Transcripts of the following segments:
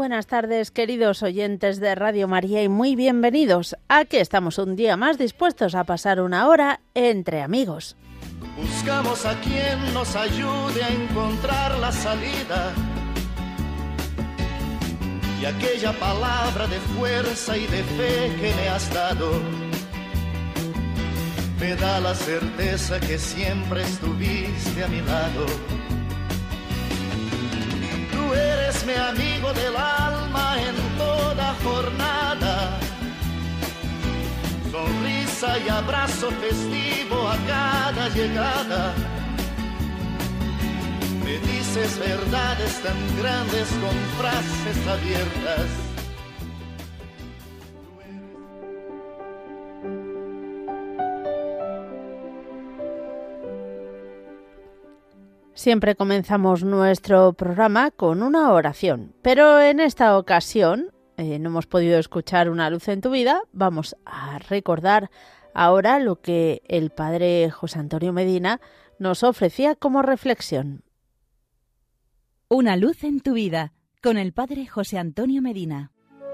buenas tardes, queridos oyentes de Radio María, y muy bienvenidos. Aquí estamos un día más dispuestos a pasar una hora entre amigos. Buscamos a quien nos ayude a encontrar la salida, y aquella palabra de fuerza y de fe que me has dado me da la certeza que siempre estuviste a mi lado. Tú eres mi amigo del alma en toda jornada, sonrisa y abrazo festivo a cada llegada. Me dices verdades tan grandes con frases abiertas. Siempre comenzamos nuestro programa con una oración, pero en esta ocasión no hemos podido escuchar Una luz en tu vida. Vamos a recordar ahora lo que el padre José Antonio Medina nos ofrecía como reflexión. Una luz en tu vida, con el padre José Antonio Medina.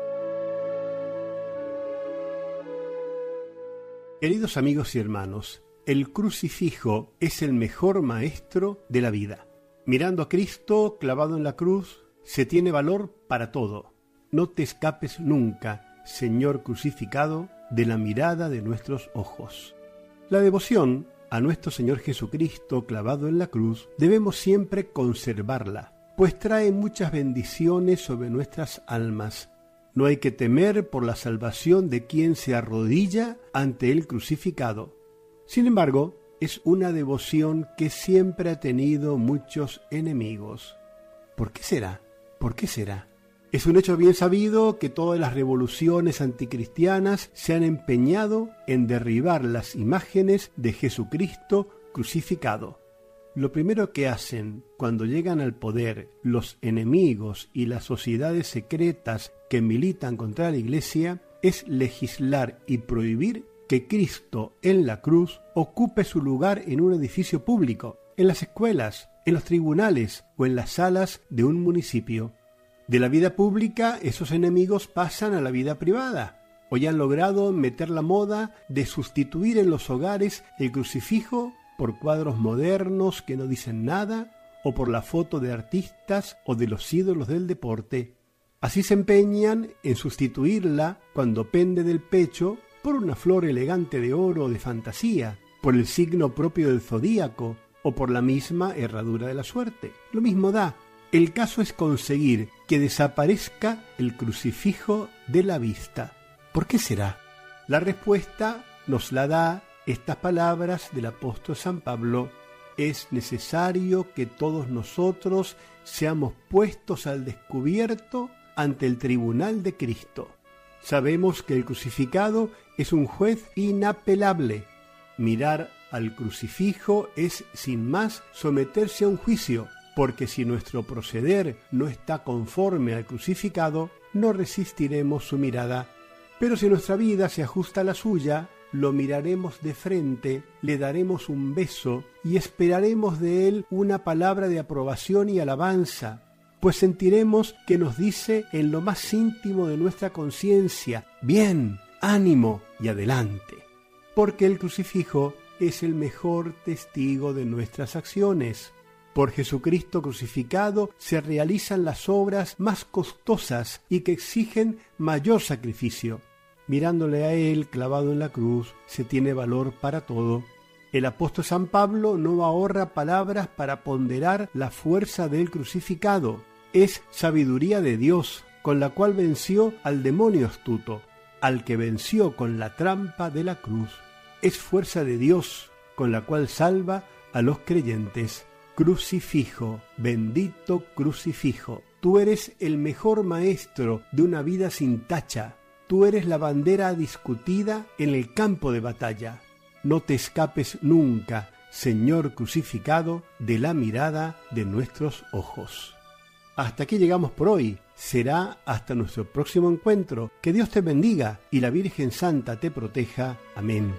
Queridos amigos y hermanos, el crucifijo es el mejor maestro de la vida. Mirando a Cristo clavado en la cruz, se tiene valor para todo. No te escapes nunca, Señor crucificado, de la mirada de nuestros ojos. La devoción a nuestro Señor Jesucristo clavado en la cruz debemos siempre conservarla, pues trae muchas bendiciones sobre nuestras almas. No hay que temer por la salvación de quien se arrodilla ante el crucificado. Sin embargo, es una devoción que siempre ha tenido muchos enemigos. ¿Por qué será? ¿Por qué será? Es un hecho bien sabido que todas las revoluciones anticristianas se han empeñado en derribar las imágenes de Jesucristo crucificado. Lo primero que hacen cuando llegan al poder los enemigos y las sociedades secretas que militan contra la Iglesia es legislar y prohibir que Cristo en la cruz ocupe su lugar en un edificio público, en las escuelas, en los tribunales o en las salas de un municipio. De la vida pública, esos enemigos pasan a la vida privada. Hoy han logrado meter la moda de sustituir en los hogares el crucifijo por cuadros modernos que no dicen nada, o por la foto de artistas o de los ídolos del deporte. Así se empeñan en sustituirla cuando pende del pecho por una flor elegante de oro o de fantasía, por el signo propio del zodíaco o por la misma herradura de la suerte. Lo mismo da. El caso es conseguir que desaparezca el crucifijo de la vista. ¿Por qué será? La respuesta nos la da estas palabras del apóstol San Pablo: es necesario que todos nosotros seamos puestos al descubierto ante el tribunal de Cristo. Sabemos que el crucificado es un juez inapelable. Mirar al crucifijo es, sin más, someterse a un juicio, porque si nuestro proceder no está conforme al crucificado, no resistiremos su mirada. Pero si nuestra vida se ajusta a la suya, lo miraremos de frente, le daremos un beso y esperaremos de él una palabra de aprobación y alabanza, pues sentiremos que nos dice en lo más íntimo de nuestra conciencia: bien, ánimo y adelante. Porque el crucifijo es el mejor testigo de nuestras acciones. Por Jesucristo crucificado se realizan las obras más costosas y que exigen mayor sacrificio. Mirándole a Él clavado en la cruz, se tiene valor para todo. El apóstol San Pablo no ahorra palabras para ponderar la fuerza del crucificado. Es sabiduría de Dios, con la cual venció al demonio astuto, al que venció con la trampa de la cruz. Es fuerza de Dios, con la cual salva a los creyentes. Crucifijo, bendito crucifijo, tú eres el mejor maestro de una vida sin tacha. Tú eres la bandera discutida en el campo de batalla. No te escapes nunca, Señor crucificado, de la mirada de nuestros ojos. Hasta aquí llegamos por hoy. Será hasta nuestro próximo encuentro. Que Dios te bendiga y la Virgen Santa te proteja. Amén.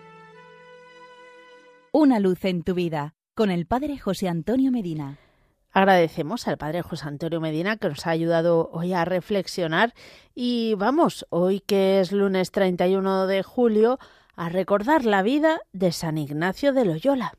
Una luz en tu vida, con el padre José Antonio Medina. Agradecemos al Padre José Antonio Medina que nos ha ayudado hoy a reflexionar y vamos, hoy que es lunes 31 de julio, a recordar la vida de San Ignacio de Loyola.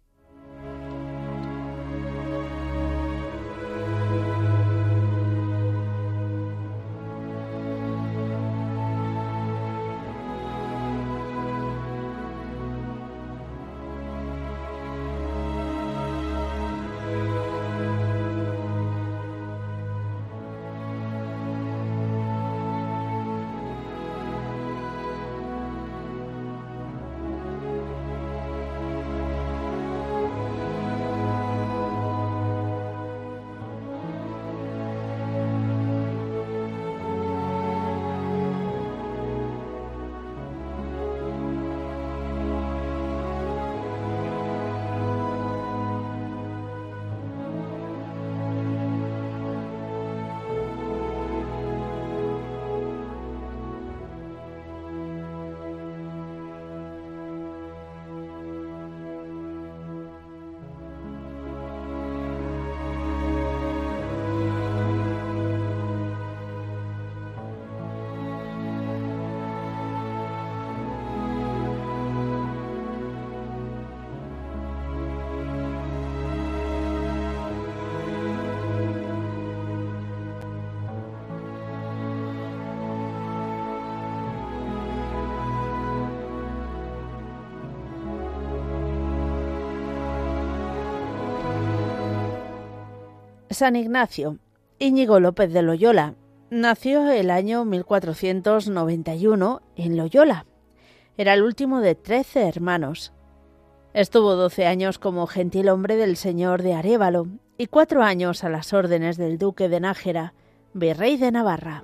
San Ignacio, Íñigo López de Loyola, nació el año 1491 en Loyola. Era el último de 13 hermanos. Estuvo 12 años como gentilhombre del señor de Arévalo y 4 años a las órdenes del duque de Nájera, virrey de Navarra.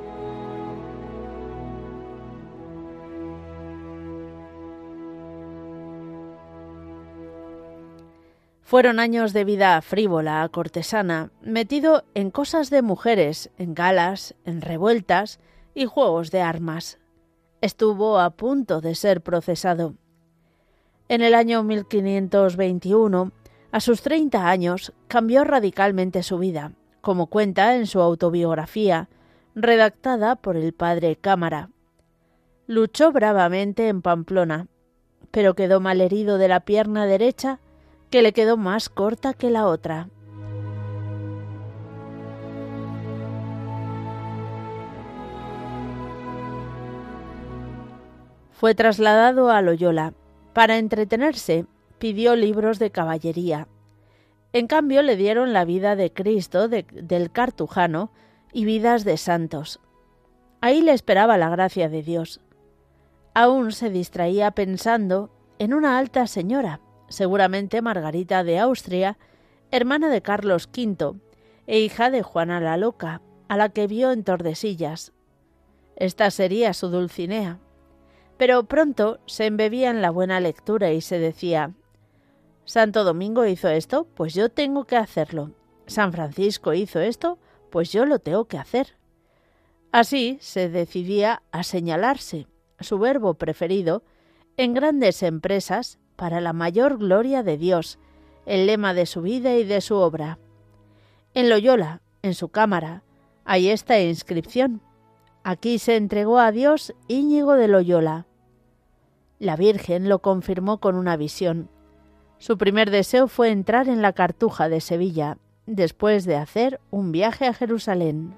Fueron años de vida frívola, cortesana, metido en cosas de mujeres, en galas, en revueltas y juegos de armas. Estuvo a punto de ser procesado. En el año 1521, a sus 30 años, cambió radicalmente su vida, como cuenta en su autobiografía, redactada por el padre Cámara. Luchó bravamente en Pamplona, pero quedó malherido de la pierna derecha, que le quedó más corta que la otra. Fue trasladado a Loyola. Para entretenerse, pidió libros de caballería. En cambio, le dieron la vida de Cristo del Cartujano y vidas de santos. Ahí le esperaba la gracia de Dios. Aún se distraía pensando en una alta señora, seguramente Margarita de Austria, hermana de Carlos V e hija de Juana la Loca, a la que vio en Tordesillas. Esta sería su Dulcinea. Pero pronto se embebía en la buena lectura y se decía: Santo Domingo hizo esto, pues yo tengo que hacerlo. San Francisco hizo esto, pues yo lo tengo que hacer. Así se decidía a señalarse, su verbo preferido, en grandes empresas para la mayor gloria de Dios, el lema de su vida y de su obra. En Loyola, en su cámara, hay esta inscripción: Aquí se entregó a Dios Íñigo de Loyola. La Virgen lo confirmó con una visión. Su primer deseo fue entrar en la Cartuja de Sevilla, después de hacer un viaje a Jerusalén.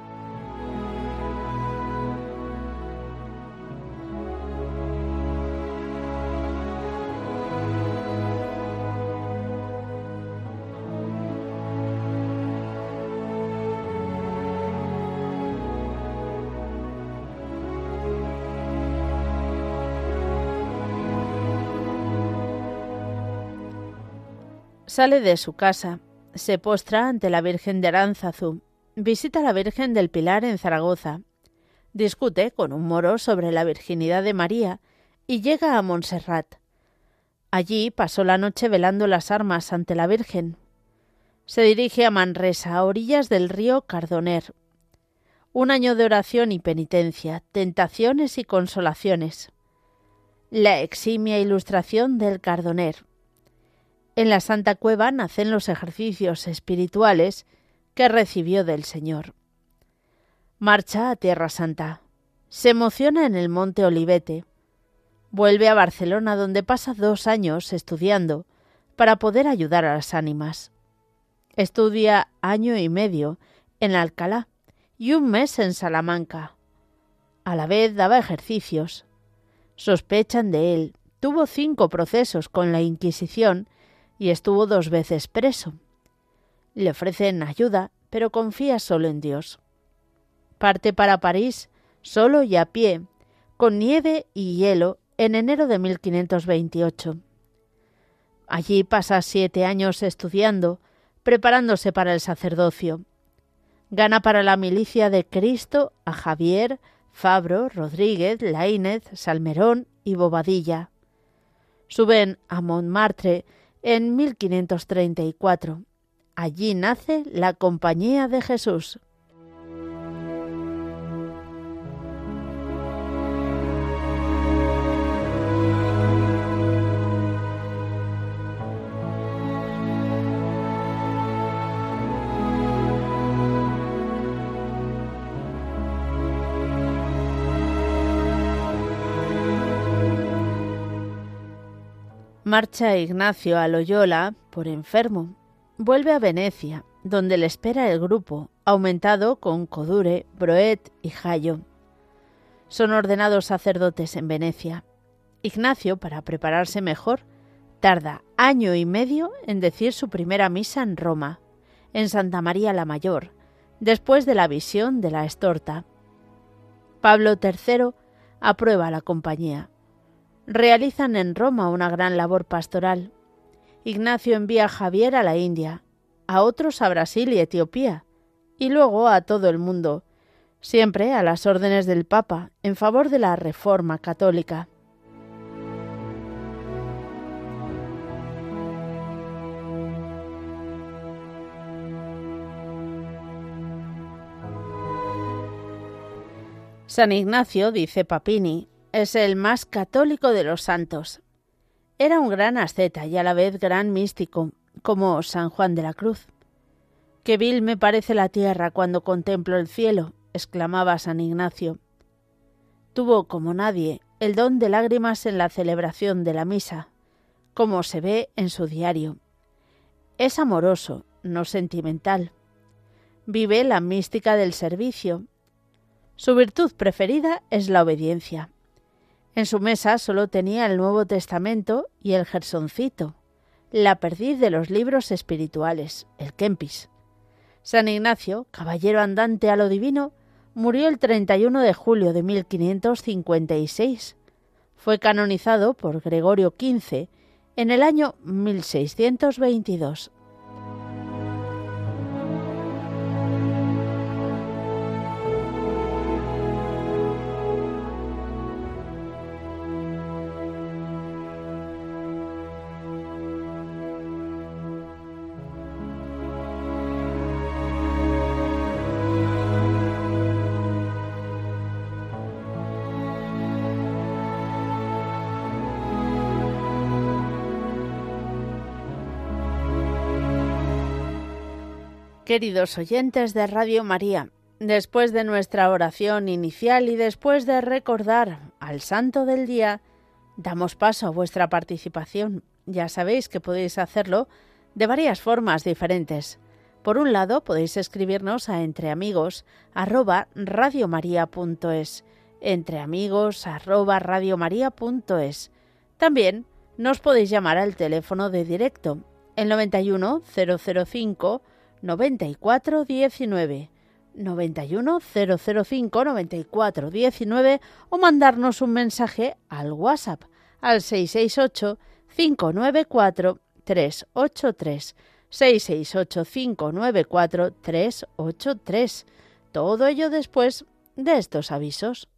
Sale de su casa, se postra ante la Virgen de Aránzazu, visita a la Virgen del Pilar en Zaragoza, discute con un moro sobre la virginidad de María y llega a Montserrat. Allí pasó la noche velando las armas ante la Virgen. Se dirige a Manresa, a orillas del río Cardoner. Un año de oración y penitencia, tentaciones y consolaciones. La eximia ilustración del Cardoner. En la Santa Cueva nacen los ejercicios espirituales que recibió del Señor. Marcha a Tierra Santa. Se emociona en el Monte Olivete. Vuelve a Barcelona, donde pasa 2 años estudiando para poder ayudar a las ánimas. Estudia 1 año y medio en Alcalá y 1 mes en Salamanca. A la vez daba ejercicios. Sospechan de él. Tuvo 5 procesos con la Inquisición y estuvo 2 veces preso. Le ofrecen ayuda, pero confía solo en Dios. Parte para París, solo y a pie, con nieve y hielo, en enero de 1528. Allí pasa 7 años estudiando, preparándose para el sacerdocio. Gana para la milicia de Cristo a Javier, Fabro, Rodríguez, Laínez, Salmerón y Bobadilla. Suben a Montmartre en 1534. Allí nace la Compañía de Jesús. Marcha Ignacio a Loyola por enfermo. Vuelve a Venecia, donde le espera el grupo, aumentado con Codure, Broet y Jayo. Son ordenados sacerdotes en Venecia. Ignacio, para prepararse mejor, tarda 1 año y medio en decir su primera misa en Roma, en Santa María la Mayor, después de la visión de la estorta. Pablo III aprueba la compañía. Realizan en Roma una gran labor pastoral. Ignacio envía a Javier a la India, a otros a Brasil y Etiopía, y luego a todo el mundo, siempre a las órdenes del Papa, en favor de la Reforma católica. San Ignacio, dice Papini, es el más católico de los santos. Era un gran asceta y a la vez gran místico, como San Juan de la Cruz. «Qué vil me parece la tierra cuando contemplo el cielo», exclamaba San Ignacio. Tuvo, como nadie, el don de lágrimas en la celebración de la misa, como se ve en su diario. Es amoroso, no sentimental. Vive la mística del servicio. Su virtud preferida es la obediencia. En su mesa solo tenía el Nuevo Testamento y el Gersoncito, la perdiz de los libros espirituales, el Kempis. San Ignacio, caballero andante a lo divino, murió el 31 de julio de 1556. Fue canonizado por Gregorio XV en el año 1622. Queridos oyentes de Radio María, después de nuestra oración inicial y después de recordar al Santo del Día, damos paso a vuestra participación. Ya sabéis que podéis hacerlo de varias formas diferentes. Por un lado, podéis escribirnos a entreamigos@radiomaria.es, entreamigos@radiomaria.es. También nos podéis llamar al teléfono de directo, el 91 005 94 19, 91 005 94 19 o mandarnos un mensaje al WhatsApp al 668 594 383, 668 594 383. Todo ello después de estos avisos.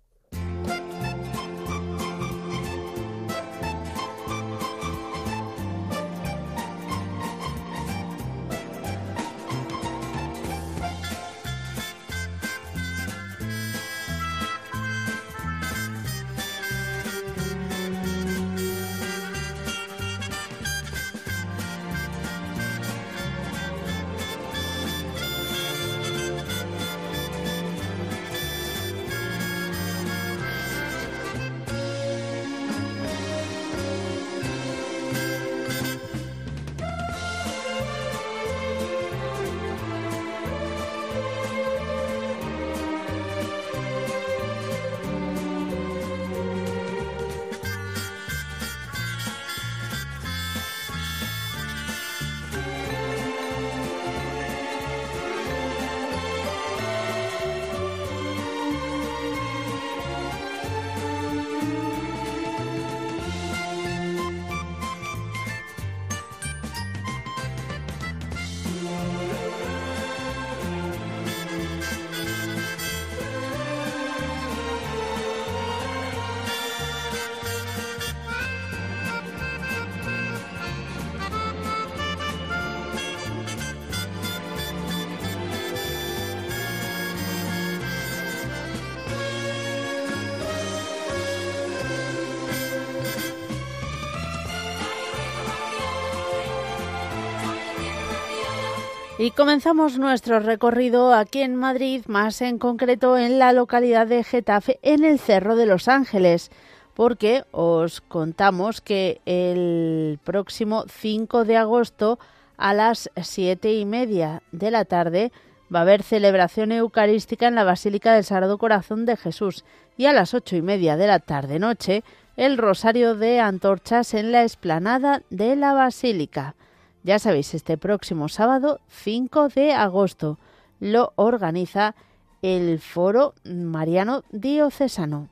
Y comenzamos nuestro recorrido aquí en Madrid, más en concreto en la localidad de Getafe, en el Cerro de los Ángeles, porque os contamos que el próximo 5 de agosto a las 7:30 de la tarde va a haber celebración eucarística en la Basílica del Sagrado Corazón de Jesús y a las 8:30 de la tarde-noche el rosario de antorchas en la explanada de la Basílica. Ya sabéis, este próximo sábado 5 de agosto lo organiza el Foro Mariano Diocesano.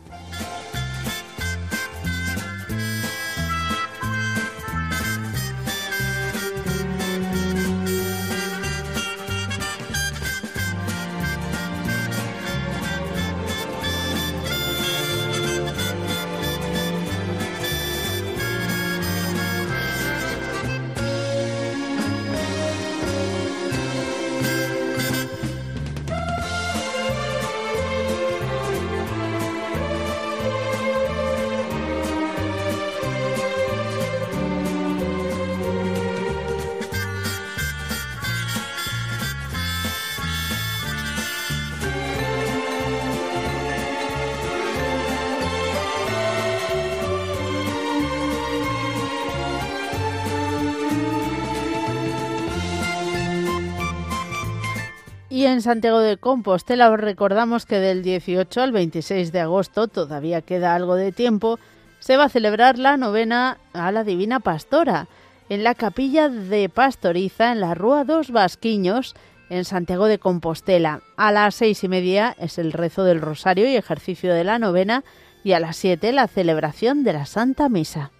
Y en Santiago de Compostela os recordamos que del 18 al 26 de agosto, todavía queda algo de tiempo, se va a celebrar la novena a la Divina Pastora en la capilla de Pastoriza, en la Rúa dos Basquiños, en Santiago de Compostela. A las 6:30 es el rezo del Rosario y ejercicio de la novena, y a las 7 la celebración de la Santa Misa.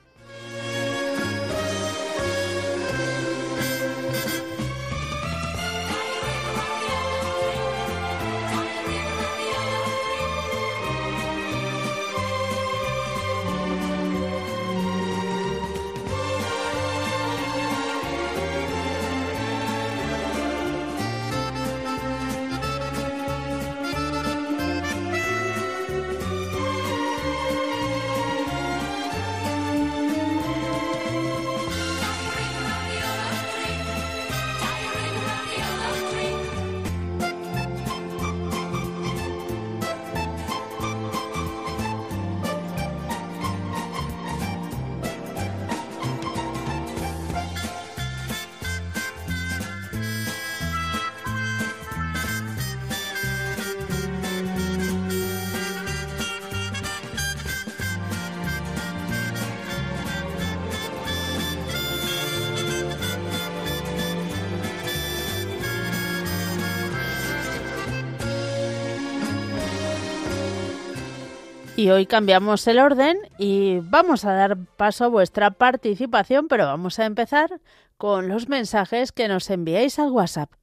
Y hoy cambiamos el orden y vamos a dar paso a vuestra participación, pero vamos a empezar con los mensajes que nos enviáis al WhatsApp.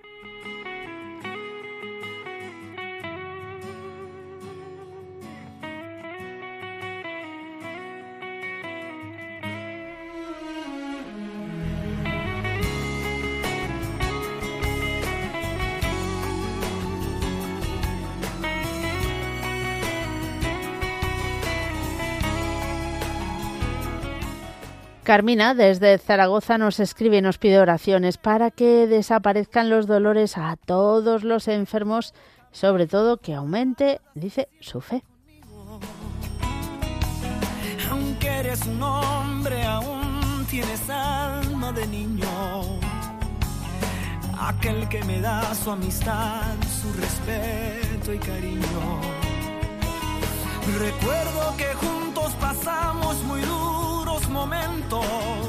Carmina, desde Zaragoza, nos escribe y nos pide oraciones para que desaparezcan los dolores a todos los enfermos, sobre todo que aumente, dice, su fe. Aunque eres un hombre, aún tienes alma de niño. Aquel que me da su amistad, su respeto y cariño. Recuerdo que juntos pasamos muy duros momentos.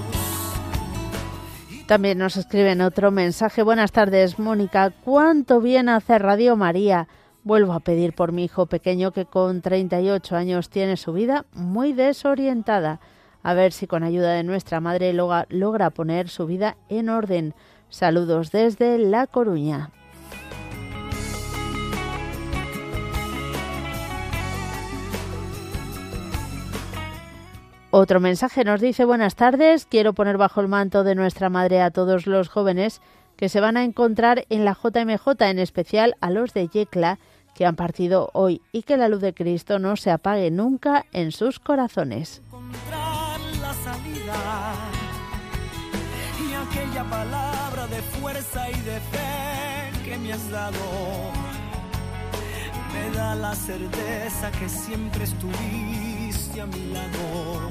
También nos escriben otro mensaje. Buenas tardes, Mónica. ¿Cuánto bien hace Radio María? Vuelvo a pedir por mi hijo pequeño que con 38 años tiene su vida muy desorientada. A ver si con ayuda de nuestra madre logra poner su vida en orden. Saludos desde La Coruña. Otro mensaje nos dice: buenas tardes, quiero poner bajo el manto de nuestra madre a todos los jóvenes que se van a encontrar en la JMJ, en especial a los de Yecla que han partido hoy, y que la luz de Cristo no se apague nunca en sus corazones. y aquella palabra de fuerza y de fe que me has dado me da la certeza que siempre estuviste a mi lado.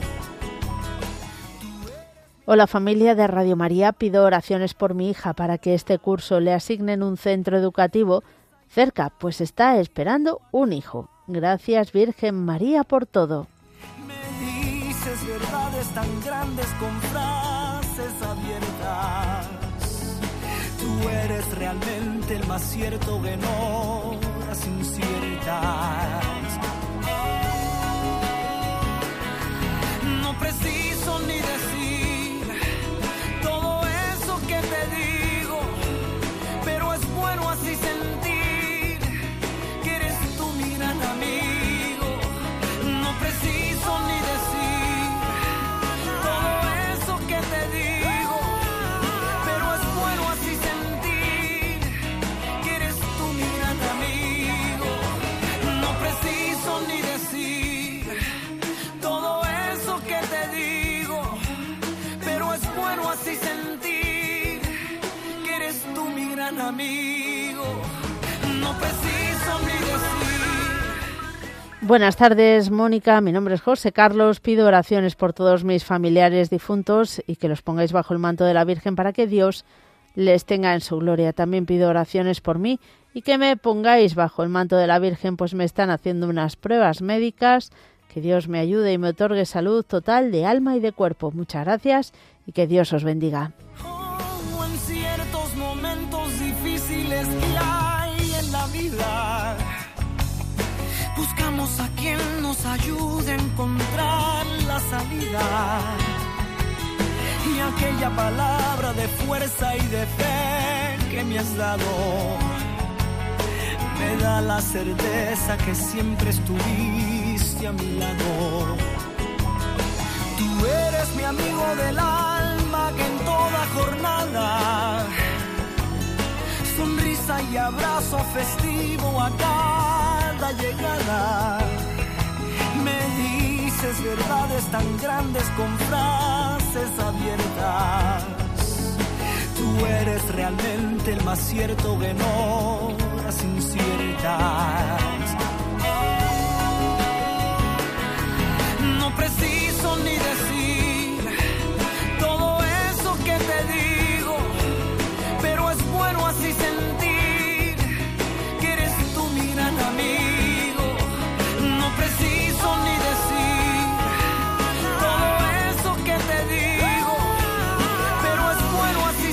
Hola familia de Radio María, pido oraciones por mi hija para que este curso le asignen un centro educativo cerca, pues está esperando un hijo. Gracias Virgen María por todo. Me dices verdades tan grandes con frases abiertas. Tú eres realmente el más cierto que no las inciertas. No preciso ni decir todo eso que te digo, pero es bueno así sentir que eres tú mi gran amigo. No preciso ni decir todo eso que te digo, pero es bueno así sentir que eres tú mi gran amigo. No preciso ni decir todo eso que te digo, pero es bueno así sentir que eres tú mi gran amigo. No preciso ni decir. Buenas tardes, Mónica. Mi nombre es José Carlos. Pido oraciones por todos mis familiares difuntos y que los pongáis bajo el manto de la Virgen para que Dios les tenga en su gloria. También pido oraciones por mí y que me pongáis bajo el manto de la Virgen, pues me están haciendo unas pruebas médicas. Que Dios me ayude y me otorgue salud total de alma y de cuerpo. Muchas gracias y que Dios os bendiga. Oh, en ciertos momentos difíciles que hay en la vida, buscamos a quien nos ayude a encontrar la salida. Y aquella palabra de fuerza y de fe que me has dado me da la certeza que siempre estuviste a mi lado. Tú eres mi amigo del alma que en toda jornada, sonrisa y abrazo festivo a cada llegada, me dices verdades tan grandes con frases abiertas. Tú eres realmente el más cierto que no las inciertas. No preciso ni decir todo eso que te digo, pero es bueno así sentir que eres tú mi gran amigo. No preciso ni decir todo eso que te digo, pero es bueno así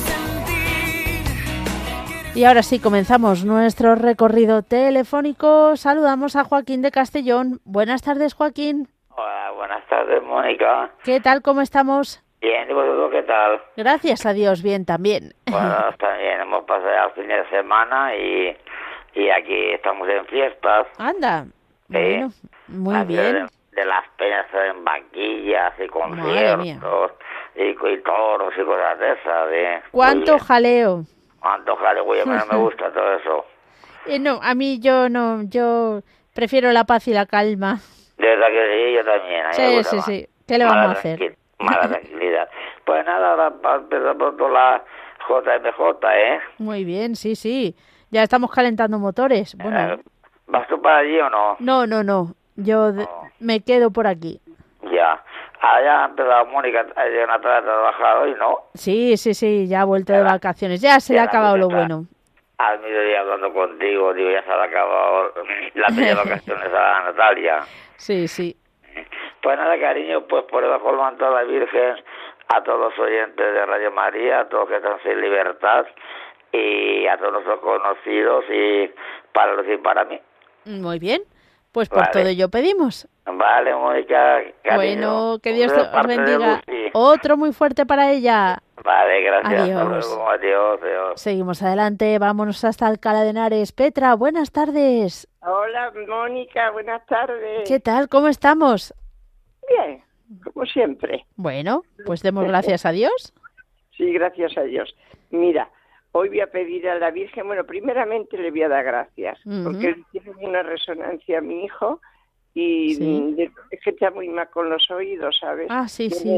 sentir. Y ahora sí, comenzamos nuestro recorrido telefónico. Saludamos a Joaquín de Castellón. Buenas tardes, Joaquín. Hola, buenas tardes, Mónica. ¿Qué tal? ¿Cómo estamos? Bien, ¿y vosotros qué tal? Gracias a Dios, bien también. Bueno, también hemos pasado el fin de semana y aquí estamos en fiestas. Anda, Sí. bueno, muy Aquí bien. De las peñas en vaquillas y Madre mía. conciertos y toros y cosas de esas. ¿Cuánto Muy bien. jaleo? ¿Cuánto jaleo? Oye, a mí no me gusta todo eso. No, a mí yo prefiero la paz y la calma. De verdad que sí, yo también. A mí me Sí, gusta sí, más. sí. ¿Qué le vamos a hacer? Mala tranquilidad. Pues nada, ahora empezar pronto la JMJ, ¿eh? Muy bien, sí, sí. Ya estamos calentando motores. Bueno, ¿Vas tú para allí o no? no. Yo me quedo por aquí. Ya. Allá ha empezado Mónica a trabajar hoy, ¿no? Sí, ya ha vuelto de vacaciones. Ya se le ha acabado lo bueno. Al mediodía hablando contigo, digo, ya se le ha acabado la media vacaciones a Natalia. Sí. Pues nada, cariño, pues por debajo del manto de la Virgen, a todos los oyentes de Radio María, a todos los que están sin libertad, y a todos nuestros conocidos, y para los y para mí. Muy bien. Pues por Vale. todo ello pedimos. Vale, Mónica, cariño. Bueno, que Dios De os parte de bendiga. Lucy. Otro muy fuerte para ella. Vale, gracias. Adiós. Hasta luego. Adiós. Seguimos adelante, vámonos hasta Alcalá de Henares. Petra, buenas tardes. Hola, Mónica, buenas tardes. ¿Qué tal? ¿Cómo estamos? Bien, como siempre. Bueno, pues demos gracias a Dios. Sí, gracias a Dios. Mira, hoy voy a pedir a la Virgen, bueno, primeramente le voy a dar gracias, porque le tiene una resonancia a mi hijo y Sí. es que está muy mal con los oídos, ¿sabes? Ah, sí. Tiene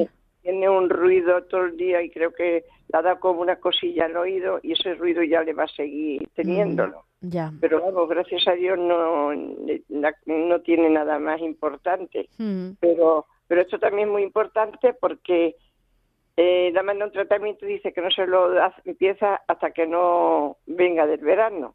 tiene un ruido todo el día y creo que le ha dado como una cosilla al oído y ese ruido ya le va a seguir teniéndolo. Ya. Pero vamos, gracias a Dios no tiene nada más importante. Pero esto también es muy importante porque le manda un tratamiento y dice que no se lo empieza hasta que no venga del verano.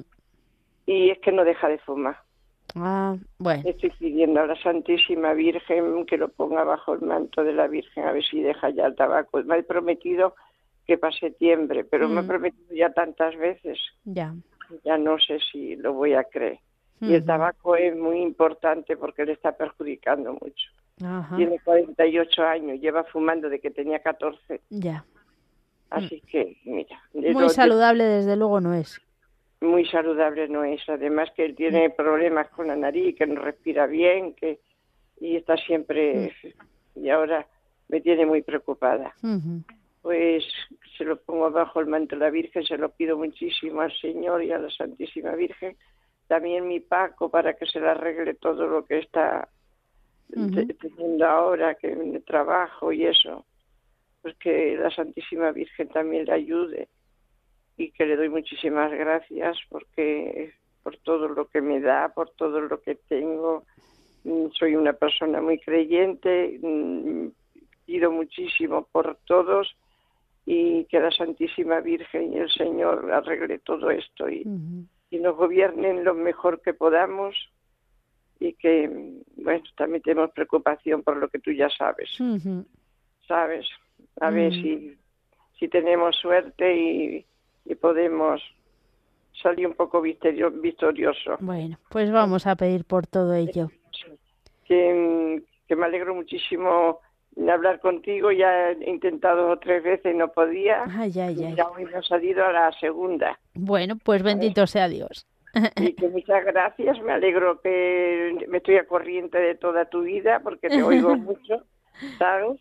Y es que no deja de fumar. Bueno. Estoy pidiendo a la Santísima Virgen que lo ponga bajo el manto de la Virgen, a ver si deja ya el tabaco. Me ha prometido que para septiembre, pero me ha prometido ya tantas veces. Ya no sé si lo voy a creer. Y el tabaco es muy importante porque le está perjudicando mucho. Tiene 48 años, lleva fumando desde que tenía 14. Ya. Así que, mira. Muy saludable, desde luego, no es. Muy saludable no es. Además que él tiene problemas con la nariz, que no respira bien, y está siempre... Y ahora me tiene muy preocupada. Pues se lo pongo bajo el manto de la Virgen, se lo pido muchísimo al Señor y a la Santísima Virgen. También mi Paco, para que se le arregle todo lo que está teniendo ahora, que en el trabajo y eso. Pues que la Santísima Virgen también le ayude. Y que le doy muchísimas gracias por todo lo que me da, por todo lo que tengo. Soy una persona muy creyente, pido muchísimo por todos y que la Santísima Virgen y el Señor arregle todo esto y nos gobiernen lo mejor que podamos y que, bueno, también tenemos preocupación por lo que tú ya sabes. ¿Sabes? A ver si tenemos suerte y podemos salir un poco victorioso. Bueno, pues vamos a pedir por todo ello. Que me alegro muchísimo de hablar contigo. Ya he intentado 3 veces y no podía. Ya hoy me ha salido a la segunda. Bueno, pues bendito sea Dios. Y que muchas gracias. Me alegro que me estoy a corriente de toda tu vida porque te oigo mucho, ¿sabes?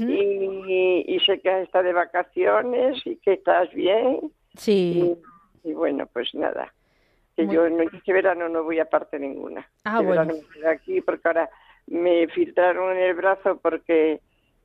Y sé que has estado de vacaciones y que estás bien. Sí. Y bueno, pues nada, que yo este verano no voy a parte ninguna. Verano me quedo aquí porque ahora me filtraron en el brazo porque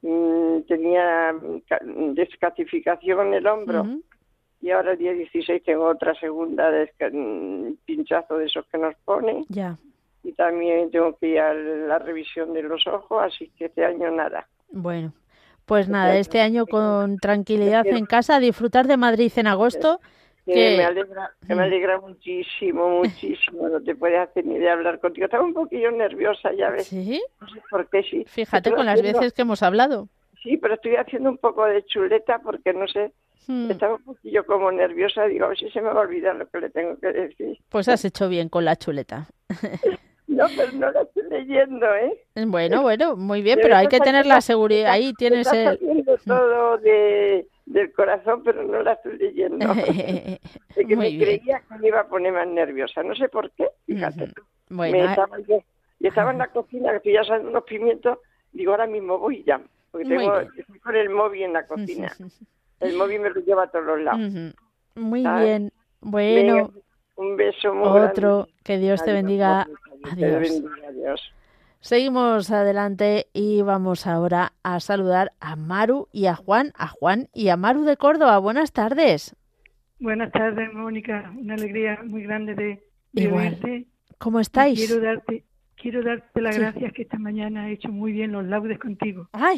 tenía descalcificación en el hombro y ahora el día 16 tengo otra segunda pinchazo de esos que nos ponen. Y también tengo que ir a la revisión de los ojos, así que este año nada. Bueno. Pues nada, este año con tranquilidad en casa, disfrutar de Madrid en agosto. Que me alegra muchísimo, no te puedes hacer ni de hablar contigo. Estaba un poquillo nerviosa, ya ves. ¿Sí? No sé por qué, sí. Fíjate con las veces que hemos hablado. Sí, pero estoy haciendo un poco de chuleta porque no sé, estaba un poquillo como nerviosa. Digo, a ver si se me va a olvidar lo que le tengo que decir. Pues has hecho bien con la chuleta. No, pero no la estoy leyendo, ¿eh? Bueno, muy bien, pero hay que tener la seguridad. Ahí tienes el... todo del corazón, pero no la estoy leyendo. Es que me creía que me iba a poner más nerviosa. No sé por qué, fíjate. Bueno, estaba en la cocina, que estoy ya saliendo unos pimientos. Digo, ahora mismo voy ya. Porque estoy con el móvil en la cocina. El móvil me lo lleva a todos los lados. Muy bien. Bueno. Venga, un beso muy otro, grande. Que Dios te bendiga. Adiós. Seguimos adelante y vamos ahora a saludar a Maru y a Juan y a Maru de Córdoba. Buenas tardes. Buenas tardes, Mónica. Una alegría muy grande de verte. ¿Cómo estáis? Quiero darte las gracias que esta mañana he hecho muy bien los laudes contigo. Ay,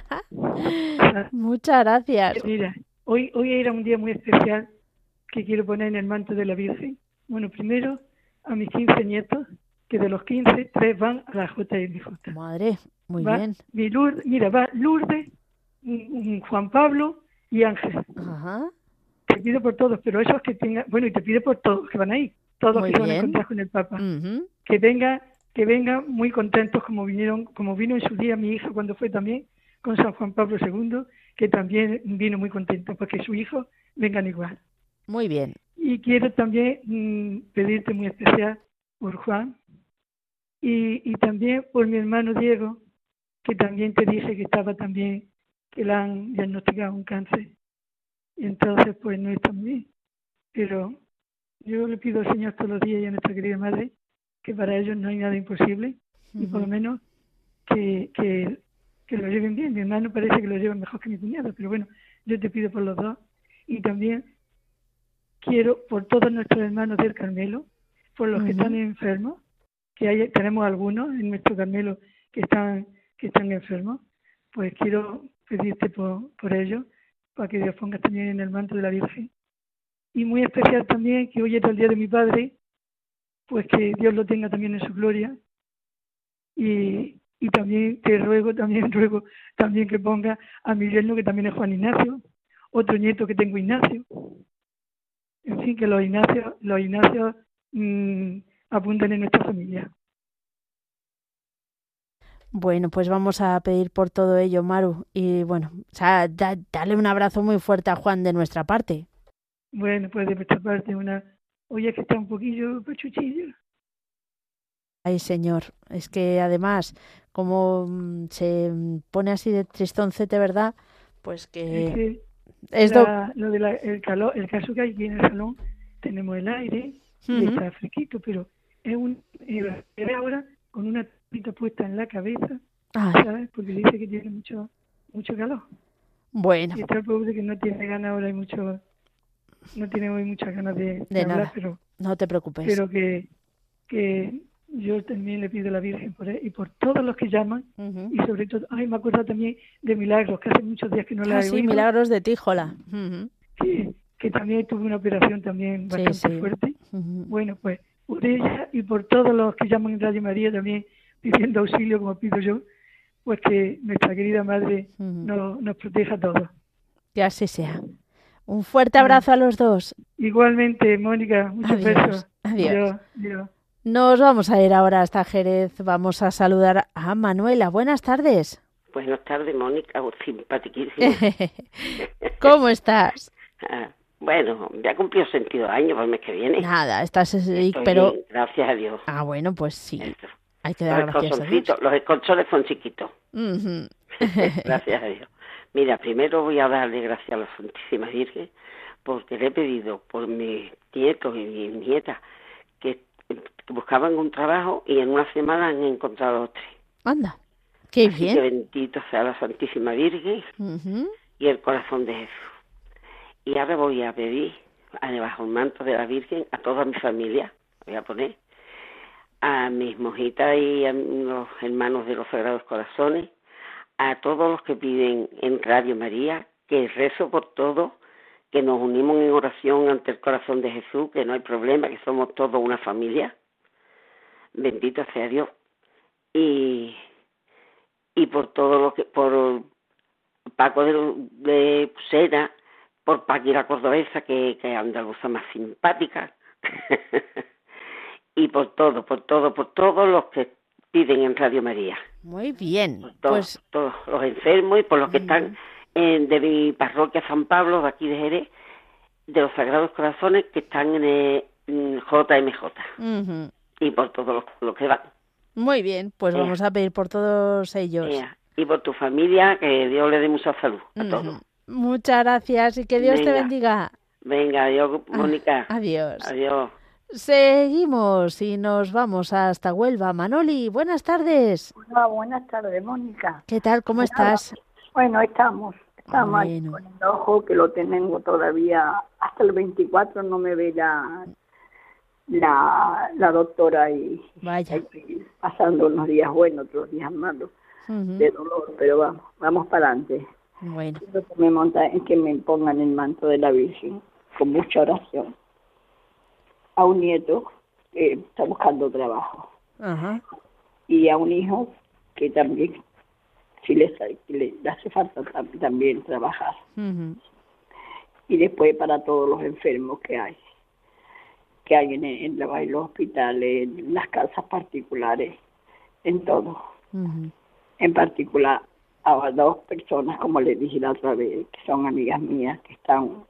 muchas gracias. Mira, hoy era un día muy especial que quiero poner en el manto de la Virgen. Bueno, primero a mis 15 nietos, que de los 15, 3 van a la JMJ. Madre, muy bien. Va Lourdes, Juan Pablo y Ángel. Ajá. Te pido por todos, pero esos que tengan... Bueno, y te pido por todos que van ahí, todos muy que se van a bien. encontrar con el Papa. Que vengan muy contentos como vino en su día mi hija cuando fue también con San Juan Pablo II, que también vino muy contento, porque su hijo vengan igual. Muy bien. Y quiero también pedirte muy especial por Juan y también por mi hermano Diego, que también te dije que estaba también, que le han diagnosticado un cáncer. Y entonces pues no está muy bien. Pero yo le pido al Señor todos los días y a nuestra querida Madre que para ellos no hay nada imposible y por lo menos que que lo lleven bien. Mi hermano parece que lo lleva mejor que mi cuñado, pero bueno, yo te pido por los dos. Y también quiero por todos nuestros hermanos del Carmelo, por los que están enfermos, que tenemos algunos en nuestro Carmelo que están enfermos, pues quiero pedirte por ellos, para que Dios ponga también en el manto de la Virgen. Y muy especial también, que hoy es el día de mi padre, pues que Dios lo tenga también en su gloria. Y también ruego también que ponga a mi yerno, que también es Juan Ignacio, otro nieto que tengo, Ignacio. En fin, que los Ignacios apunten en nuestra familia. Bueno, pues vamos a pedir por todo ello, Maru. Y bueno, o sea, dale un abrazo muy fuerte a Juan de nuestra parte. Bueno, pues de nuestra parte hoy es que está un poquillo pachuchillo. Ay, señor, es que además, como se pone así de tristoncete, ¿verdad? Pues que... el calor, el caso que hay aquí en el salón, tenemos el aire, y está fresquito, pero es ahora con una tapita puesta en la cabeza, ¿sabes? Porque dice que tiene mucho calor. Bueno. Y está el pobre que no tiene ganas ahora, no tiene hoy muchas ganas de hablar, nada. Pero no te preocupes. Pero que yo también le pido a la Virgen por él y por todos los que llaman, y sobre todo, me acuerdo también de Milagros, que hace muchos días que no la he oído. Milagros de Tíjola. Que también tuve una operación también bastante fuerte. Bueno, pues por ella y por todos los que llaman en Radio María también pidiendo auxilio, como pido yo, pues que nuestra querida Madre nos proteja a todos. Que así sea. Un fuerte abrazo a los dos. Igualmente, Mónica, muchos besos. Adiós. Adiós. Nos vamos a ir ahora hasta Jerez. Vamos a saludar a Manuela. Buenas tardes. Buenas tardes, Mónica, simpaticísima. ¿Cómo estás? Bueno, ya cumplió 62 años el mes que viene. Nada, estás pero bien, gracias a Dios. Bueno, pues sí. Esto. Hay que dar gracias a Dios. Los escolzones son chiquitos. Gracias a Dios. Mira, primero voy a darle gracias a la Santísima Virgen porque le he pedido por mis nietos y mis nietas que buscaban un trabajo y en una semana han encontrado 3. Anda, qué Así bien. Que bendito sea la Santísima Virgen y el corazón de Jesús. Y ahora voy a pedir, bajo el manto de la Virgen, a toda mi familia, voy a poner, a mis monjitas y a los hermanos de los Sagrados Corazones, a todos los que piden en Radio María, que rezo por todos, que nos unimos en oración ante el corazón de Jesús, que no hay problema, que somos todos una familia. Bendito sea Dios. Y por todo lo que, por Paco de Pusera, por Paqui la Cordobesa, que andaluza más simpática, y por todos los que piden en Radio María. Muy bien. Todos los enfermos y por los que están de mi parroquia San Pablo, de aquí de Jerez, de los Sagrados Corazones, que están en el JMJ. Y por todos los que van. Muy bien, pues vamos a pedir por todos ellos. Y por tu familia, que Dios le dé mucha salud a todos. Muchas gracias y que Dios te bendiga. Venga, adiós, Mónica. Adiós. Adiós. Seguimos y nos vamos hasta Huelva. Manoli, buenas tardes. Hola, buenas tardes, Mónica. ¿Qué tal? ¿Cómo estás? Bueno, estamos ahí con el ojo, que lo tengo todavía hasta el 24, no me ve la doctora y vaya, pasando unos días buenos, otros días malos de dolor, pero vamos para adelante. Bueno. Quiero que me pongan el manto de la Virgen con mucha oración a un nieto que está buscando trabajo y a un hijo que también le hace falta también trabajar y después para todos los enfermos que hay en los hospitales, en las casas particulares, en todo. En particular a 2 personas, como les dije la otra vez, que son amigas mías, que están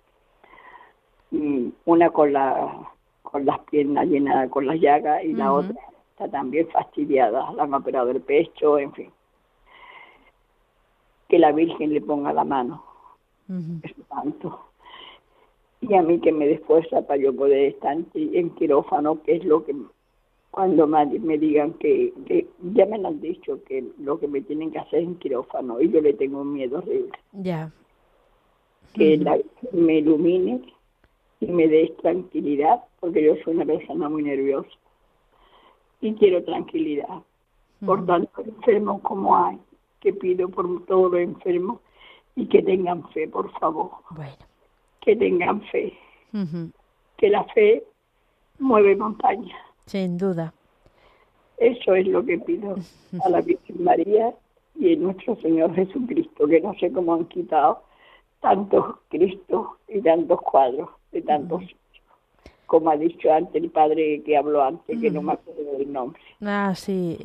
una con las piernas llenadas con las llagas y la otra está también fastidiada, la han operado el pecho, en fin. Que la Virgen le ponga la mano, es tanto. Y a mí que me dé fuerza para yo poder estar en quirófano, que es lo que cuando me digan que ya me lo han dicho, que lo que me tienen que hacer es en quirófano, y yo le tengo miedo horrible. Ya. Que me ilumine y me dé tranquilidad, porque yo soy una persona muy nerviosa y quiero tranquilidad. Por tantos enfermos como hay, que pido por todos los enfermos y que tengan fe, por favor. Bueno. Que tengan fe. Que la fe mueve montañas. Sin duda. Eso es lo que pido a la Virgen María y a nuestro Señor Jesucristo, que no sé cómo han quitado tantos Cristos y tantos cuadros de tantos sitios. Como ha dicho antes el padre que habló antes, que no me acuerdo del nombre. Ah, sí.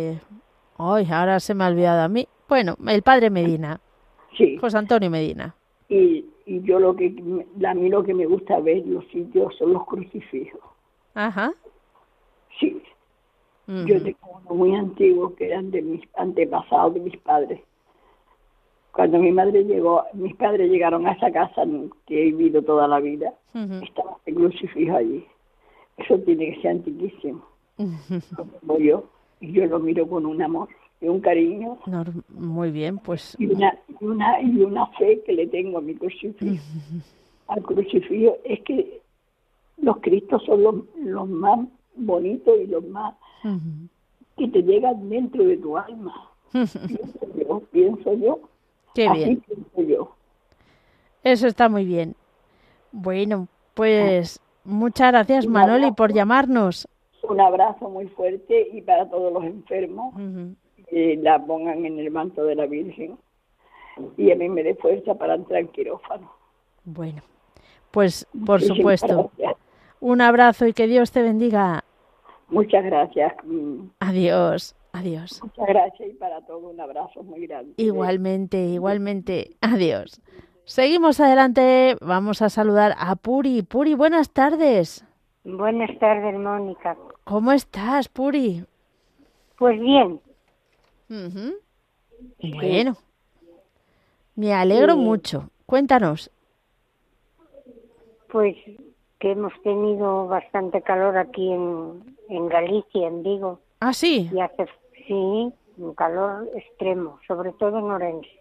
Ahora se me ha olvidado a mí. Bueno, el padre Medina. Sí. José Antonio Medina. Y yo a mí lo que me gusta ver los sitios son los crucifijos. Ajá. Sí. Yo tengo unos muy antiguos que eran de mis antepasados, de mis padres. Cuando mis padres llegaron a esa casa que he vivido toda la vida, estaba el crucifijo allí. Eso tiene que ser antiquísimo. Como yo, y yo lo miro con un amor y un cariño. Muy bien, pues. Y una fe que le tengo a mi crucifijo. Al crucifijo es que los Cristos son los más bonitos y los más que te llegan dentro de tu alma. Pienso yo. Qué así bien. Pienso yo. Eso está muy bien. Bueno, pues muchas gracias, Manoli, por llamarnos. Un abrazo muy fuerte y para todos los enfermos, que la pongan en el manto de la Virgen y a mí me dé fuerza para entrar en quirófano. Bueno, pues por supuesto. Gracias. Un abrazo y que Dios te bendiga. Muchas gracias. Adiós, adiós. Muchas gracias y para todos un abrazo muy grande. Igualmente. Adiós. Seguimos adelante, vamos a saludar a Puri. Puri, buenas tardes. Buenas tardes, Mónica. ¿Cómo estás, Puri? Pues bien. Sí. Bueno, me alegro mucho. Cuéntanos. Pues que hemos tenido bastante calor aquí en Galicia, en Vigo. ¿Ah, sí? Y sí, un calor extremo, sobre todo en Orense.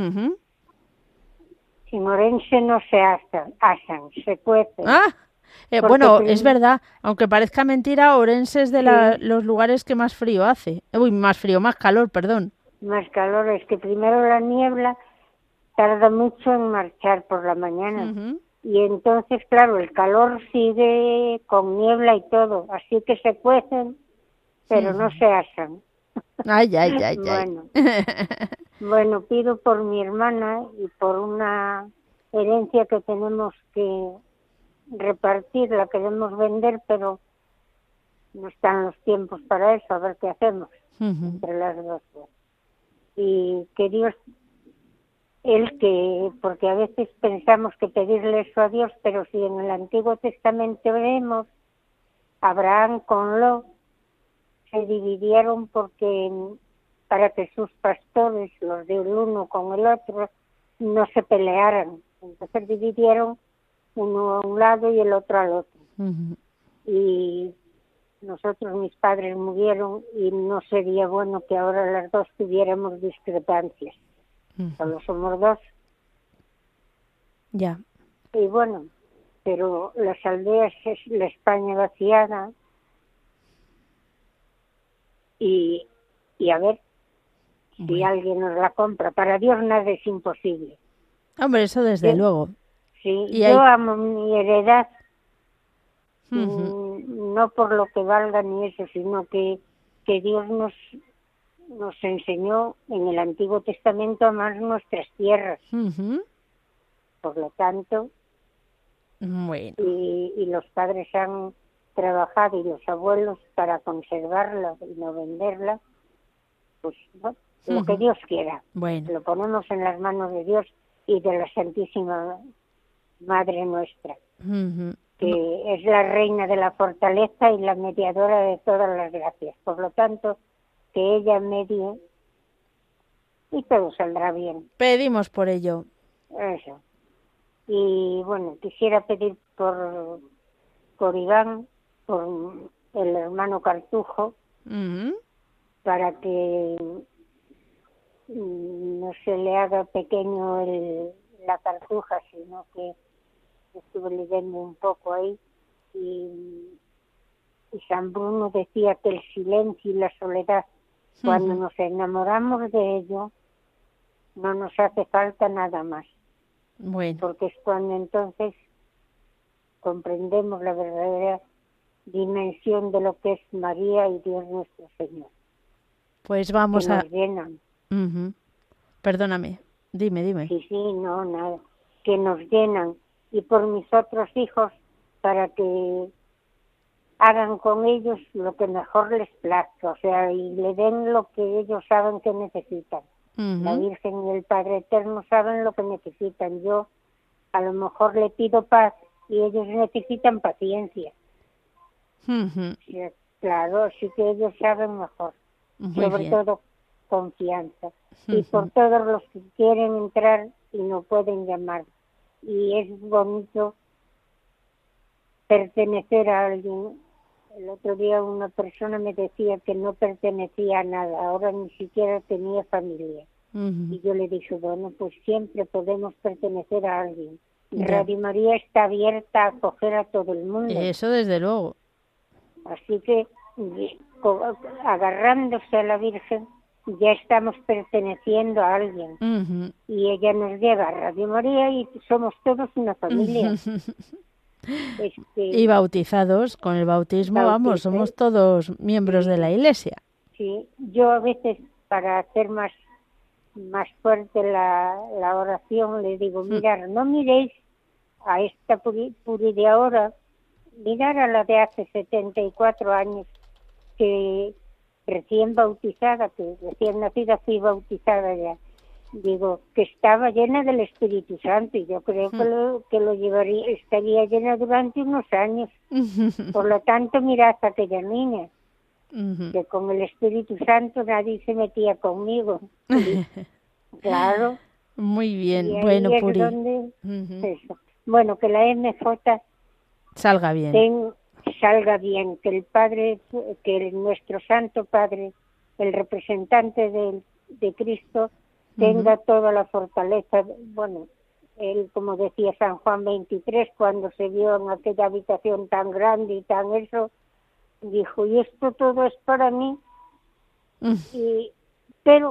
En Orense no se asan, se cuecen. Bueno, es verdad, aunque parezca mentira, Orense es de los lugares que más frío hace. Más calor, perdón. Más calor, es que primero la niebla tarda mucho en marchar por la mañana. Y entonces, claro, el calor sigue con niebla y todo, así que se cuecen, pero no se asan. Ay. Bueno, pido por mi hermana y por una herencia que tenemos que repartir, la queremos vender, pero no están los tiempos para eso, a ver qué hacemos entre las dos. Y que Dios, porque a veces pensamos que pedirle eso a Dios, pero si en el Antiguo Testamento vemos, Abraham con Lot se dividieron para que sus pastores, los de uno con el otro, no se pelearan. Entonces dividieron uno a un lado y el otro al otro. Y mis padres murieron y no sería bueno que ahora las dos tuviéramos discrepancias. Solo somos dos. Ya. Y bueno, pero las aldeas es la España vaciada. Y a ver si alguien nos la compra. Para Dios nada es imposible. Hombre, eso desde luego. Sí, yo amo mi heredad, no por lo que valga ni eso, sino que Dios nos enseñó en el Antiguo Testamento a amar nuestras tierras. Por lo tanto, y los padres han trabajado y los abuelos para conservarla y no venderla, pues lo que Dios quiera. Lo ponemos en las manos de Dios y de la Santísima Madre nuestra, que es la reina de la fortaleza y la mediadora de todas las gracias. Por lo tanto, que ella medie y todo saldrá bien. Pedimos por ello. Eso. Y bueno, quisiera pedir por Iván, por el hermano Cartujo, para que no se le haga pequeño la cartuja, sino que estuve leyendo un poco ahí, y San Bruno decía que el silencio y la soledad, cuando nos enamoramos de ello, no nos hace falta nada más. Bueno. Porque es cuando entonces comprendemos la verdadera dimensión de lo que es María y Dios nuestro Señor. Pues vamos que nos llenan. Perdóname, dime. Sí, no, nada. Que nos llenan. Y por mis otros hijos, para que hagan con ellos lo que mejor les plazca, o sea, y le den lo que ellos saben que necesitan. La Virgen y el Padre Eterno saben lo que necesitan. Yo a lo mejor le pido paz y ellos necesitan paciencia. Sí, claro, así que ellos saben mejor. Sobre todo confianza. Y por todos los que quieren entrar y no pueden llamar. Y es bonito pertenecer a alguien. El otro día una persona me decía que no pertenecía a nada, ahora ni siquiera tenía familia. Y yo le dije, bueno, pues siempre podemos pertenecer a alguien. Radio María está abierta a acoger a todo el mundo. Eso desde luego. Así que agarrándose a la Virgen ya estamos perteneciendo a alguien. Y ella nos lleva a Radio María y somos todos una familia. Y bautizados, con el bautismo, vamos, somos todos miembros de la Iglesia. Sí, yo a veces para hacer más fuerte la oración le digo, mirad, no miréis a esta puri de ahora, mirar a la de hace 74 años, que recién bautizada, que recién nacida fui bautizada ya. Digo, que estaba llena del Espíritu Santo y yo creo que lo estaría llena durante unos años. Por lo tanto, mirad a aquella niña, que con el Espíritu Santo nadie se metía conmigo. Claro. Muy bien, bueno, Puri. Eso. Bueno, que la MJ salga bien. Salga bien, que el Padre, que nuestro Santo Padre, el representante de Cristo, tenga toda la fortaleza. Bueno, él, como decía San Juan 23, cuando se vio en aquella habitación tan grande y tan eso, dijo, y esto todo es para mí. Pero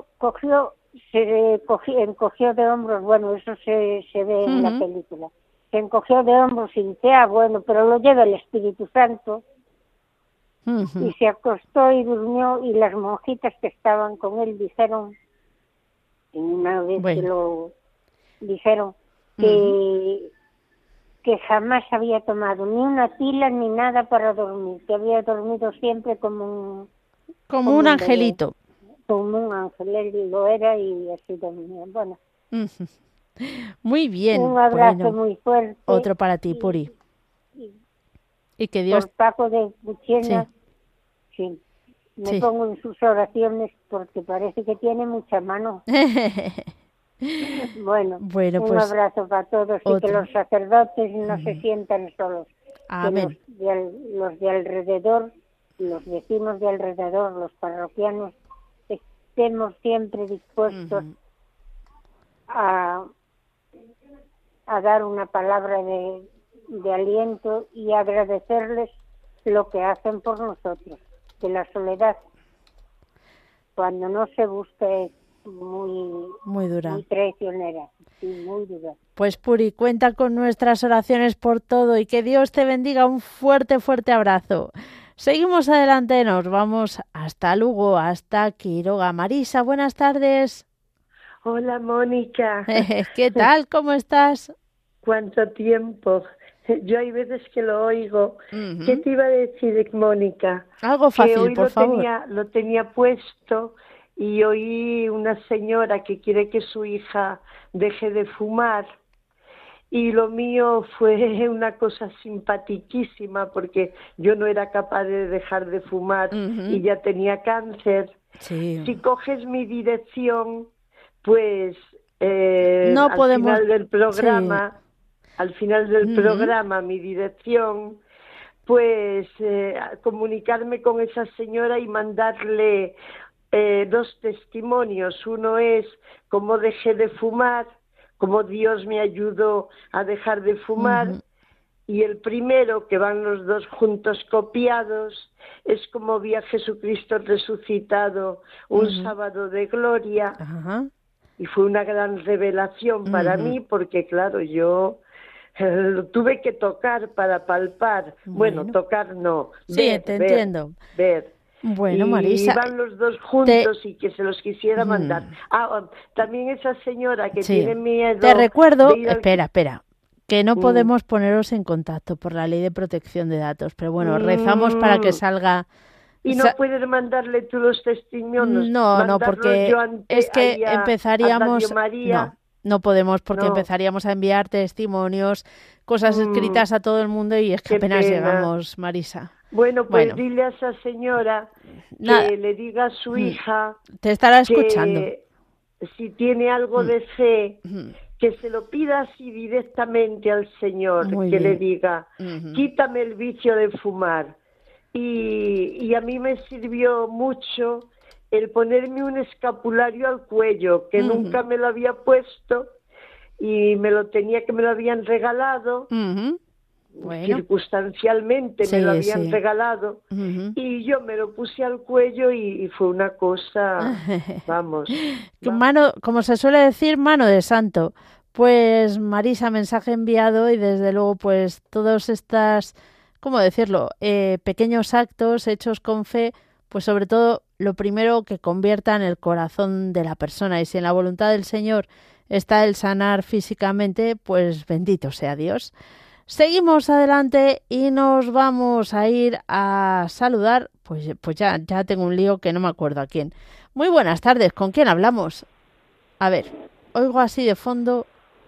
encogió de hombros, bueno, eso se ve en la película. Se encogió de hombros y dice, bueno, pero lo lleva el Espíritu Santo. Y se acostó y durmió, y las monjitas que estaban con él dijeron, una vez que lo dijeron, que jamás había tomado ni una pila ni nada para dormir, que había dormido siempre como un angelito. Como un ángel, él lo era y así dormía. Bueno. Muy bien. Un abrazo muy fuerte. Otro para ti, Puri. Y que Dios... Por Paco de Buchena, sí. Me pongo en sus oraciones porque parece que tiene mucha mano. Bueno, pues, un abrazo para todos y que los sacerdotes no se sientan solos. Amén. Que los de alrededor, los vecinos de alrededor, los parroquianos, estemos siempre dispuestos a dar una palabra de aliento y agradecerles lo que hacen por nosotros. Que la soledad, cuando no se busca, es muy dura, muy traicionera, sí, muy dura. Pues Puri, cuenta con nuestras oraciones por todo y que Dios te bendiga. Un fuerte, fuerte abrazo. Seguimos adelante, nos vamos hasta Lugo, hasta Quiroga. Marisa, buenas tardes. Hola, Mónica. ¿Qué tal? ¿Cómo estás? ¿Cuánto tiempo? Yo hay veces que lo oigo. ¿Qué te iba a decir, Mónica? Algo fácil, que hoy por favor. Lo tenía puesto y oí una señora que quiere que su hija deje de fumar. Y lo mío fue una cosa simpaticísima porque yo no era capaz de dejar de fumar y ya tenía cáncer. Sí. Si coges mi dirección, pues no al podemos... final del programa... Sí. Al final del programa, mi dirección, pues comunicarme con esa señora y mandarle 2 testimonios. Uno es cómo dejé de fumar, cómo Dios me ayudó a dejar de fumar. Y el primero, que van los 2 juntos copiados, es como vi a Jesucristo resucitado un sábado de gloria. Y fue una gran revelación para mí, porque claro, yo lo tuve que tocar para palpar. Bueno, tocar no. Sí, te entiendo. Ver. Bueno, Marisa, y van los 2 juntos y que se los quisiera mandar. También esa señora que tiene miedo. Te recuerdo, espera, que no podemos poneros en contacto por la ley de protección de datos, pero bueno, rezamos para que salga. ¿Y no puedes mandarle tú los testimonios? No, porque es que empezaríamos. No podemos, porque empezaríamos a enviar testimonios, cosas escritas a todo el mundo y es que apenas llegamos, Marisa. Bueno, pues dile a esa señora que le diga a su hija. Te estará escuchando. Si tiene algo de fe, que se lo pida así directamente al Señor, que le diga, quítame el vicio de fumar. Y a mí me sirvió mucho el ponerme un escapulario al cuello, que nunca me lo había puesto, y me lo habían regalado, circunstancialmente me lo habían regalado, y yo me lo puse al cuello y fue una cosa, vamos. Mano, como se suele decir, mano de santo. Pues Marisa, mensaje enviado y desde luego pues todos estas, ¿cómo decirlo? Pequeños actos hechos con fe, pues sobre todo lo primero que conviertan el corazón de la persona, y si en la voluntad del Señor está el sanar físicamente, pues bendito sea Dios. Seguimos adelante y nos vamos a ir a saludar, pues ya tengo un lío que no me acuerdo a quién. Muy buenas tardes, ¿con quién hablamos? A ver, oigo así de fondo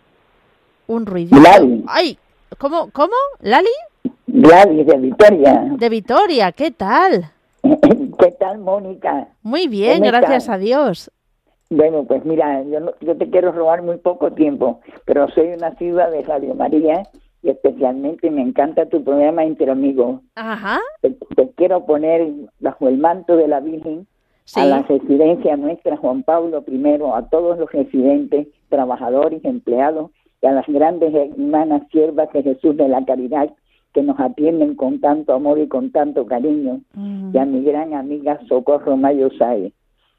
un ruidito. Lali. ¡Ay! ¿Cómo? ¿Lali? Gladys, de Vitoria. De Vitoria, ¿qué tal? ¿Qué tal, Mónica? Muy bien, gracias a Dios. Bueno, pues mira, yo te quiero robar muy poco tiempo, pero soy una ciudad de Radio María y especialmente me encanta tu programa Entre Amigos. Ajá. Te quiero poner bajo el manto de la Virgen a la residencia nuestra Juan Pablo I, a todos los residentes, trabajadores, empleados y a las grandes hermanas siervas de Jesús de la Caridad que nos atienden con tanto amor y con tanto cariño, y a mi gran amiga Socorro Mayo Sáez.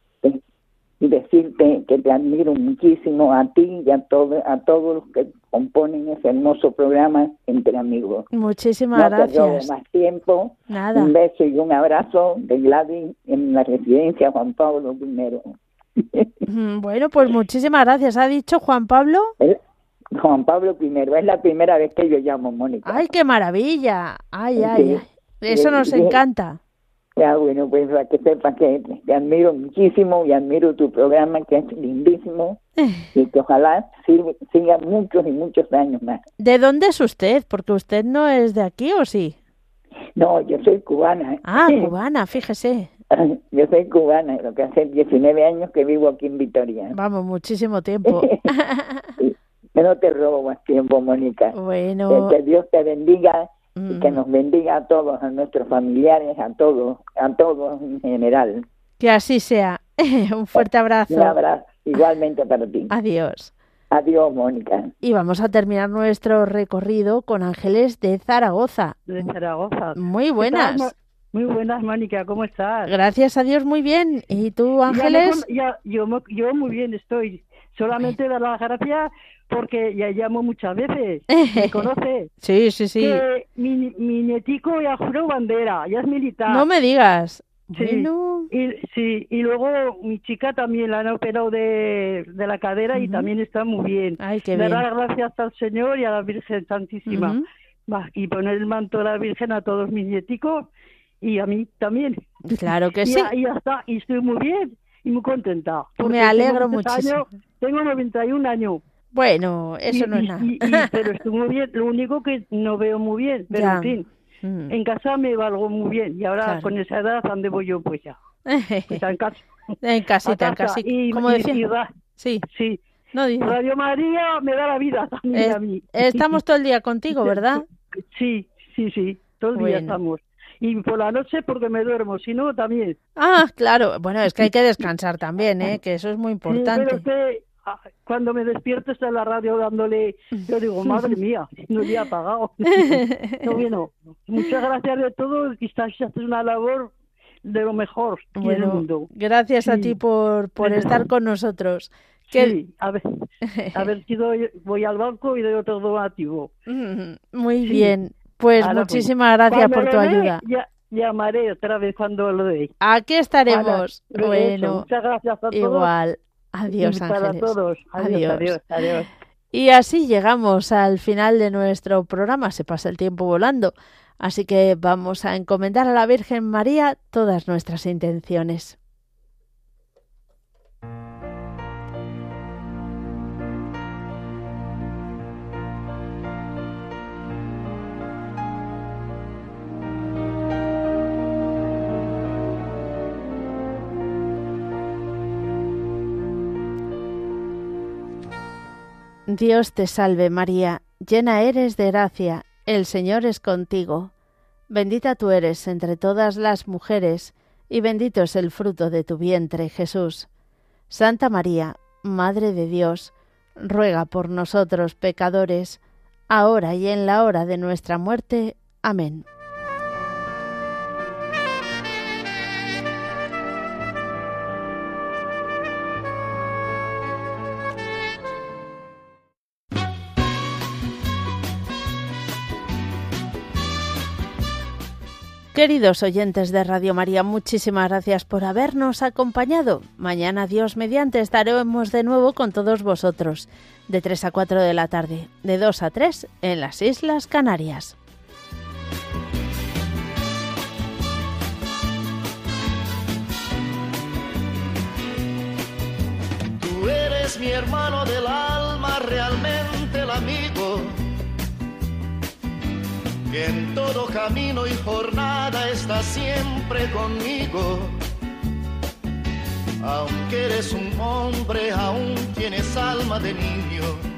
Y decirte que te admiro muchísimo a ti y a todos los que componen ese hermoso programa Entre Amigos. Muchísimas gracias. No te robo más tiempo. Nada. Un beso y un abrazo de Gladys en la residencia Juan Pablo I. Bueno, pues muchísimas gracias. ¿Ha dicho Juan Pablo? Juan Pablo I. Es la primera vez que yo llamo, Mónica. ¡Ay, qué maravilla! ¡Ay! Eso nos encanta. Ya, bueno, pues para que sepas que te admiro muchísimo y admiro tu programa, que es lindísimo, y que ojalá siga muchos y muchos años más. ¿De dónde es usted? Porque usted no es de aquí, ¿o sí? No, yo soy cubana. Ah, cubana, fíjese. Yo soy cubana, lo que hace 19 años que vivo aquí en Vitoria. Vamos, muchísimo tiempo. No te robo más tiempo, Mónica. Bueno. Que Dios te bendiga. Y que nos bendiga a todos, a nuestros familiares, a todos en general. Que así sea. Un fuerte abrazo. Un abrazo, igualmente para ti. Adiós. Adiós, Mónica. Y vamos a terminar nuestro recorrido con Ángeles de Zaragoza. De Zaragoza. Muy buenas. Muy buenas, Mónica, ¿cómo estás? Gracias a Dios, muy bien. ¿Y tú, Ángeles? Yo muy bien estoy. Solamente dar las gracias porque ya llamo muchas veces. ¿Me conoces? Sí. Que mi nietico ya juró bandera, ya es militar. No me digas. Sí. Bueno. Y luego mi chica también la han operado de la cadera y también está muy bien. Ay, qué bien. Dar las gracias al Señor y a la Virgen Santísima. Y poner el manto de la Virgen a todos mis nieticos y a mí también. Claro que sí. Y ya está, y estoy muy bien y muy contenta. Me alegro muchísimo. Tengo 91 años. Bueno, eso no es nada. Pero estoy muy bien, lo único que no veo muy bien, pero en fin, en casa me valgo muy bien y ahora con esa edad, ¿dónde voy yo? Pues ya, pues en casa. En casita. Como decía. Sí. No, Radio María me da la vida también a mí. Estamos todo el día contigo, ¿verdad? Sí. todo el día estamos. Y por la noche porque me duermo, si no, también. Ah, claro. Bueno, es que hay que descansar también, ¿eh? Que eso es muy importante. Sí, pero que cuando me despierto está la radio dándole, yo digo, madre mía, no le he apagado. No, bueno, muchas gracias de todo, que estás haciendo una labor de lo mejor en el mundo. Gracias a ti por estar con nosotros. Sí, a ver si voy al banco y doy otro donativo. Muy bien, pues muchísimas gracias por tu ayuda. Llamaré otra vez cuando lo dé. Aquí estaremos. Bueno, muchas gracias a todos. Igual. Adiós, Ángeles. A todos. Adiós. Y así llegamos al final de nuestro programa. Se pasa el tiempo volando. Así que vamos a encomendar a la Virgen María todas nuestras intenciones. Dios te salve María, llena eres de gracia, el Señor es contigo. Bendita tú eres entre todas las mujeres, y bendito es el fruto de tu vientre, Jesús. Santa María, Madre de Dios, ruega por nosotros pecadores, ahora y en la hora de nuestra muerte. Amén. Queridos oyentes de Radio María, muchísimas gracias por habernos acompañado. Mañana, Dios mediante, estaremos de nuevo con todos vosotros, de 3 a 4 de la tarde, de 2 a 3 en las Islas Canarias. Tú eres mi hermano del alma, realmente el amigo, que en todo camino y jornada está siempre conmigo. Aunque eres un hombre, aún tienes alma de niño.